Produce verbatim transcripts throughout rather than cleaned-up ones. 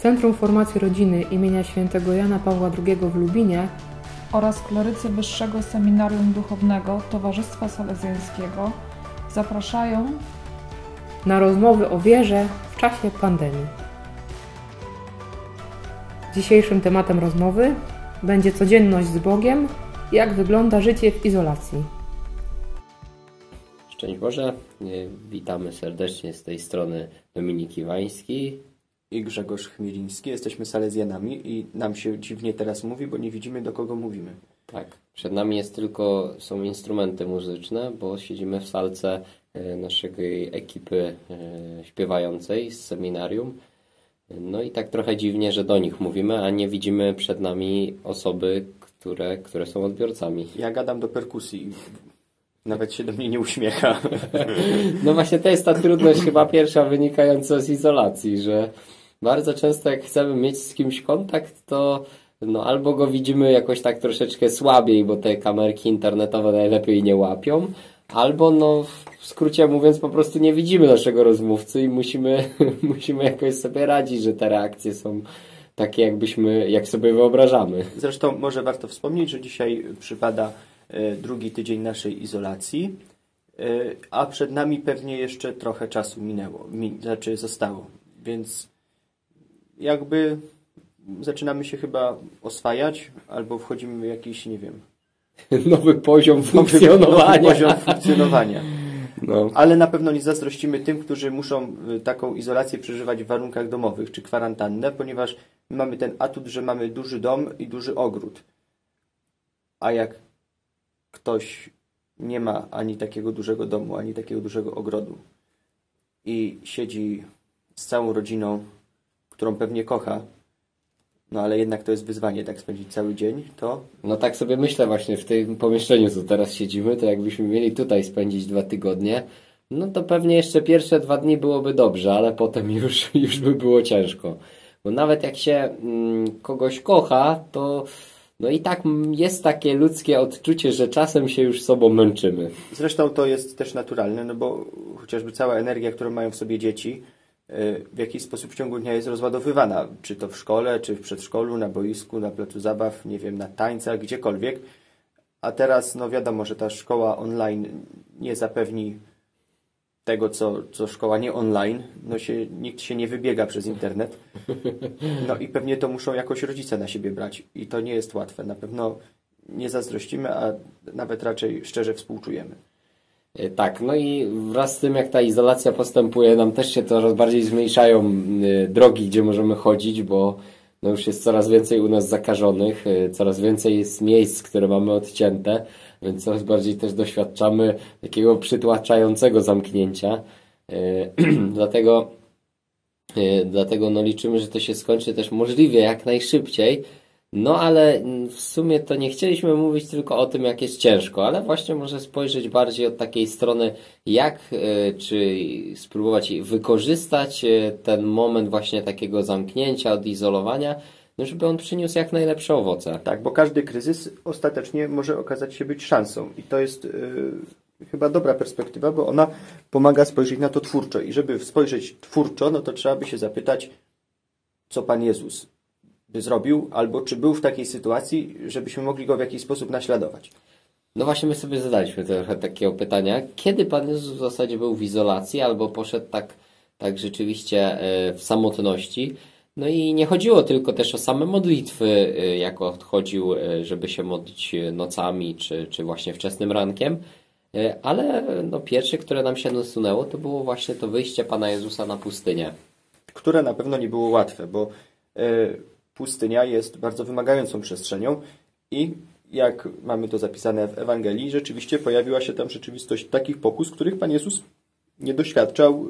Centrum Formacji Rodziny imienia świętego Jana Pawła drugiego w Lubinie oraz klerycy Wyższego Seminarium Duchownego Towarzystwa Salezjańskiego zapraszają na rozmowy o wierze w czasie pandemii. Dzisiejszym tematem rozmowy będzie codzienność z Bogiem, jak wygląda życie w izolacji. Szczęść Boże, witamy serdecznie z tej strony Dominik Iwański i Grzegorz Chmieliński. Jesteśmy Salezjanami i nam się dziwnie teraz mówi, bo nie widzimy, do kogo mówimy. Tak, przed nami jest tylko, są instrumenty muzyczne, bo siedzimy w salce naszej ekipy śpiewającej z seminarium. No i tak trochę dziwnie, że do nich mówimy, a nie widzimy przed nami osoby, które, które są odbiorcami. Ja gadam do perkusji. Nawet się do mnie nie uśmiecha. No właśnie to jest ta trudność chyba pierwsza wynikająca z izolacji, że bardzo często jak chcemy mieć z kimś kontakt, to no albo go widzimy jakoś tak troszeczkę słabiej, bo te kamerki internetowe najlepiej nie łapią, albo no w skrócie mówiąc po prostu nie widzimy naszego rozmówcy i musimy, musimy jakoś sobie radzić, że te reakcje są takie jakbyśmy, jak sobie wyobrażamy. Zresztą może warto wspomnieć, że dzisiaj przypada drugi tydzień naszej izolacji, a przed nami pewnie jeszcze trochę czasu minęło, mi, znaczy zostało, więc jakby zaczynamy się chyba oswajać albo wchodzimy w jakiś, nie wiem, nowy poziom funkcjonowania. Nowy poziom funkcjonowania. No. Ale na pewno nie zazdrościmy tym, którzy muszą taką izolację przeżywać w warunkach domowych czy kwarantannę, ponieważ mamy ten atut, że mamy duży dom i duży ogród. A jak ktoś nie ma ani takiego dużego domu, ani takiego dużego ogrodu i siedzi z całą rodziną, którą pewnie kocha, no ale jednak to jest wyzwanie, tak spędzić cały dzień, to... No tak sobie myślę właśnie w tym pomieszczeniu, co teraz siedzimy, to jakbyśmy mieli tutaj spędzić dwa tygodnie, no to pewnie jeszcze pierwsze dwa dni byłoby dobrze, ale potem już, już by było ciężko. Bo nawet jak się mm, kogoś kocha, to no i tak jest takie ludzkie odczucie, że czasem się już sobą męczymy. Zresztą to jest też naturalne, no bo chociażby cała energia, którą mają w sobie dzieci, w jakiś sposób w ciągu dnia jest rozładowywana. Czy to w szkole, czy w przedszkolu, na boisku, na placu zabaw, nie wiem, na tańcach, gdziekolwiek. A teraz, no wiadomo, że ta szkoła online nie zapewni tego, co, co szkoła nie online. No się, nikt się nie wybiega przez internet. No i pewnie to muszą jakoś rodzice na siebie brać. I to nie jest łatwe. Na pewno nie zazdrościmy, a nawet raczej szczerze współczujemy. Tak, no i wraz z tym, jak ta izolacja postępuje, nam też się coraz bardziej zmniejszają drogi, gdzie możemy chodzić, bo no już jest coraz więcej u nas zakażonych, coraz więcej jest miejsc, które mamy odcięte, więc coraz bardziej też doświadczamy takiego przytłaczającego zamknięcia. dlatego dlatego no liczymy, że to się skończy też możliwie jak najszybciej. No ale w sumie to nie chcieliśmy mówić tylko o tym, jak jest ciężko, ale właśnie może spojrzeć bardziej od takiej strony, jak czy spróbować wykorzystać ten moment właśnie takiego zamknięcia, odizolowania, no żeby on przyniósł jak najlepsze owoce. Tak, bo każdy kryzys ostatecznie może okazać się być szansą i to jest yy, chyba dobra perspektywa, bo ona pomaga spojrzeć na to twórczo i żeby spojrzeć twórczo, no to trzeba by się zapytać, co Pan Jezus by zrobił, albo czy był w takiej sytuacji, żebyśmy mogli go w jakiś sposób naśladować. No właśnie my sobie zadaliśmy trochę takiego pytania, kiedy Pan Jezus w zasadzie był w izolacji, albo poszedł tak, tak rzeczywiście w samotności. No i nie chodziło tylko też o same modlitwy, jak odchodził, żeby się modlić nocami, czy, czy właśnie wczesnym rankiem, ale no pierwsze, które nam się nasunęło, to było właśnie to wyjście Pana Jezusa na pustynię. Które na pewno nie było łatwe, bo pustynia jest bardzo wymagającą przestrzenią i jak mamy to zapisane w Ewangelii, rzeczywiście pojawiła się tam rzeczywistość takich pokus, których Pan Jezus nie doświadczał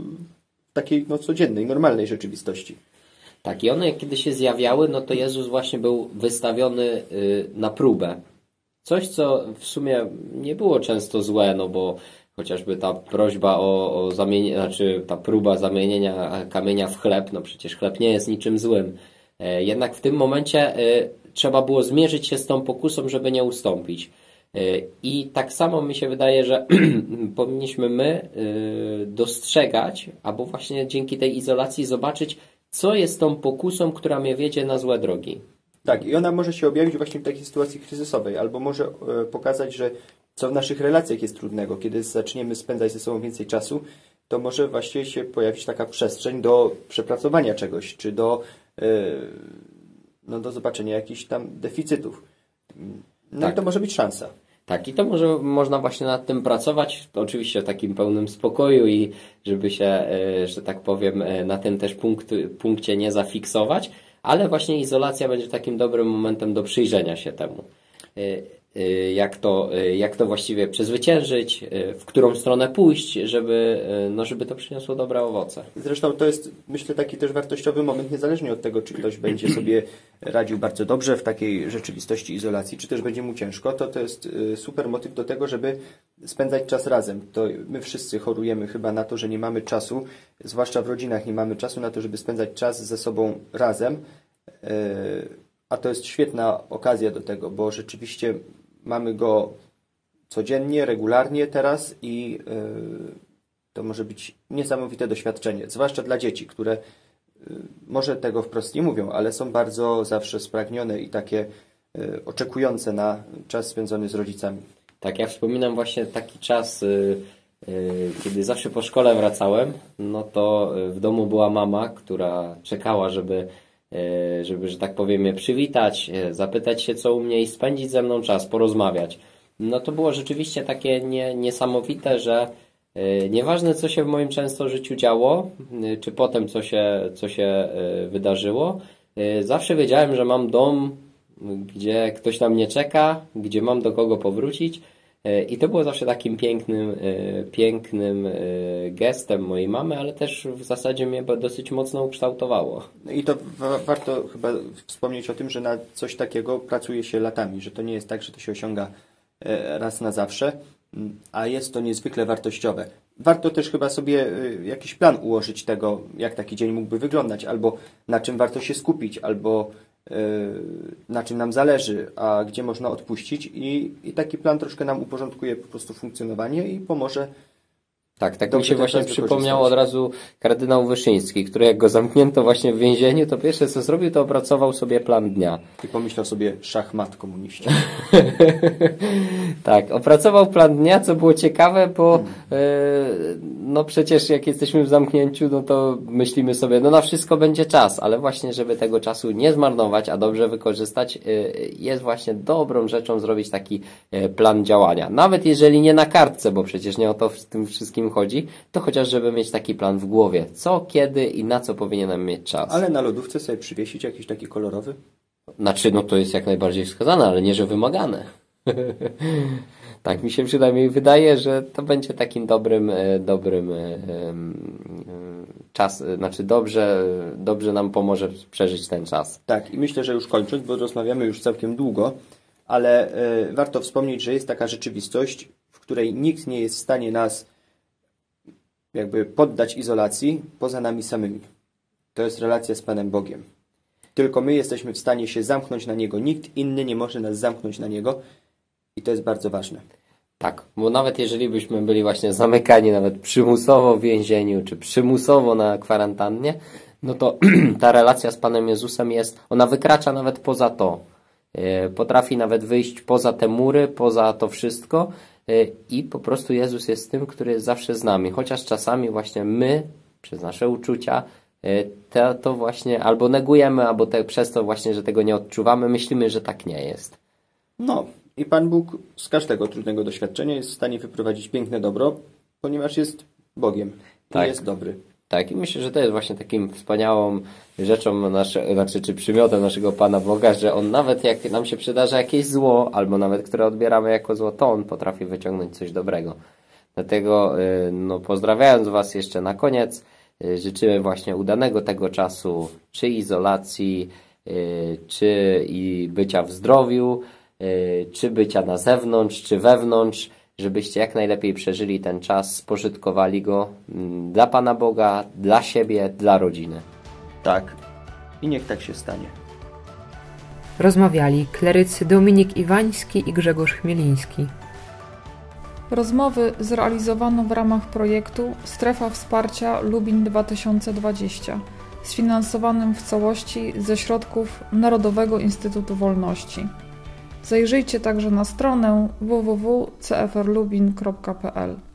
w takiej no, codziennej, normalnej rzeczywistości. Tak, i one kiedy się zjawiały, no to Jezus właśnie był wystawiony na próbę. Coś, co w sumie nie było często złe, no bo chociażby ta prośba o, o zamienienie, znaczy ta próba zamienienia kamienia w chleb, no przecież chleb nie jest niczym złym. Jednak w tym momencie trzeba było zmierzyć się z tą pokusą, żeby nie ustąpić. I tak samo mi się wydaje, że powinniśmy my dostrzegać, albo właśnie dzięki tej izolacji zobaczyć, co jest tą pokusą, która mnie wiedzie na złe drogi. Tak, i ona może się objawić właśnie w takiej sytuacji kryzysowej, albo może e, pokazać, że co w naszych relacjach jest trudnego. Kiedy zaczniemy spędzać ze sobą więcej czasu, to może właśnie się pojawić taka przestrzeń do przepracowania czegoś, czy do, e, no, do zobaczenia jakichś tam deficytów. No tak. I to może być szansa. Tak, i to może można właśnie nad tym pracować, oczywiście w takim pełnym spokoju i żeby się, że tak powiem, na tym też punkt, punkcie nie zafiksować, ale właśnie izolacja będzie takim dobrym momentem do przyjrzenia się temu. Jak to, jak to właściwie przezwyciężyć, w którą stronę pójść, żeby, no, żeby to przyniosło dobre owoce. Zresztą to jest, myślę, taki też wartościowy moment, niezależnie od tego, czy ktoś będzie sobie radził bardzo dobrze w takiej rzeczywistości izolacji, czy też będzie mu ciężko, to to jest super motyw do tego, żeby spędzać czas razem. To my wszyscy chorujemy chyba na to, że nie mamy czasu, zwłaszcza w rodzinach nie mamy czasu na to, żeby spędzać czas ze sobą razem, a to jest świetna okazja do tego, bo rzeczywiście mamy go codziennie, regularnie teraz i yy, to może być niesamowite doświadczenie, zwłaszcza dla dzieci, które yy, może tego wprost nie mówią, ale są bardzo zawsze spragnione i takie yy, oczekujące na czas spędzony z rodzicami. Tak, ja wspominam właśnie taki czas, yy, yy, kiedy zawsze po szkole wracałem, no to w domu była mama, która czekała, żeby żeby, że tak powiem, mnie przywitać, zapytać się co u mnie i spędzić ze mną czas, porozmawiać. No to było rzeczywiście takie nie, niesamowite, że yy, nieważne co się w moim często życiu działo, yy, czy potem co się, co się yy, wydarzyło, yy, zawsze wiedziałem, że mam dom, gdzie ktoś na mnie czeka, gdzie mam do kogo powrócić. I to było zawsze takim pięknym, pięknym gestem mojej mamy, ale też w zasadzie mnie dosyć mocno ukształtowało. I to wa- warto chyba wspomnieć o tym, że na coś takiego pracuje się latami, że to nie jest tak, że to się osiąga raz na zawsze, a jest to niezwykle wartościowe. Warto też chyba sobie jakiś plan ułożyć tego, jak taki dzień mógłby wyglądać, albo na czym warto się skupić, albo na czym nam zależy, a gdzie można odpuścić i, i taki plan troszkę nam uporządkuje po prostu funkcjonowanie i pomoże. Tak, tak mi się właśnie przypomniał od razu kardynał Wyszyński, który jak go zamknięto właśnie w więzieniu, to pierwsze co zrobił, to opracował sobie plan dnia. I pomyślał sobie szachmat komuniści. Tak, opracował plan dnia, co było ciekawe, bo hmm. yy, no przecież jak jesteśmy w zamknięciu, no to myślimy sobie, no na wszystko będzie czas, ale właśnie żeby tego czasu nie zmarnować, a dobrze wykorzystać, yy, jest właśnie dobrą rzeczą zrobić taki yy, plan działania. Nawet jeżeli nie na kartce, bo przecież nie o to w tym wszystkim chodzi, to chociaż żeby mieć taki plan w głowie. Co, kiedy i na co powinienem mieć czas. Ale na lodówce sobie przywiesić jakiś taki kolorowy? Znaczy, no to jest jak najbardziej wskazane, ale nie, że wymagane. Tak mi się przynajmniej wydaje, że to będzie takim dobrym, dobrym czas, znaczy dobrze, dobrze nam pomoże przeżyć ten czas. Tak, i myślę, że już kończąc, bo rozmawiamy już całkiem długo, ale y, warto wspomnieć, że jest taka rzeczywistość, w której nikt nie jest w stanie nas jakby poddać izolacji poza nami samymi. To jest relacja z Panem Bogiem. Tylko my jesteśmy w stanie się zamknąć na Niego. Nikt inny nie może nas zamknąć na Niego i to jest bardzo ważne. Tak, bo nawet jeżeli byśmy byli właśnie zamykani nawet przymusowo w więzieniu, czy przymusowo na kwarantannie, no to ta relacja z Panem Jezusem jest, ona wykracza nawet poza to. Potrafi nawet wyjść poza te mury, poza to wszystko i po prostu Jezus jest tym, który jest zawsze z nami. Chociaż czasami właśnie my, przez nasze uczucia, to, to właśnie albo negujemy, albo te, przez to właśnie, że tego nie odczuwamy, myślimy, że tak nie jest. No i Pan Bóg z każdego trudnego doświadczenia jest w stanie wyprowadzić piękne dobro, ponieważ jest Bogiem i tak. Jest dobry. Tak, i myślę, że to jest właśnie takim wspaniałą rzeczą, nasze, znaczy, czy przymiotem naszego Pana Boga, że On nawet jak nam się przydarza jakieś zło, albo nawet które odbieramy jako zło, to On potrafi wyciągnąć coś dobrego. Dlatego no, pozdrawiając Was jeszcze na koniec, życzymy właśnie udanego tego czasu, czy izolacji, czy i bycia w zdrowiu, czy bycia na zewnątrz, czy wewnątrz, żebyście jak najlepiej przeżyli ten czas, spożytkowali go dla Pana Boga, dla siebie, dla rodziny. Tak. I niech tak się stanie. Rozmawiali klerycy Dominik Iwański i Grzegorz Chmieliński. Rozmowy zrealizowano w ramach projektu Strefa Wsparcia Lubin dwa tysiące dwadzieścia sfinansowanym w całości ze środków Narodowego Instytutu Wolności. Zajrzyjcie także na stronę w w w kropka c f r lubin kropka p l.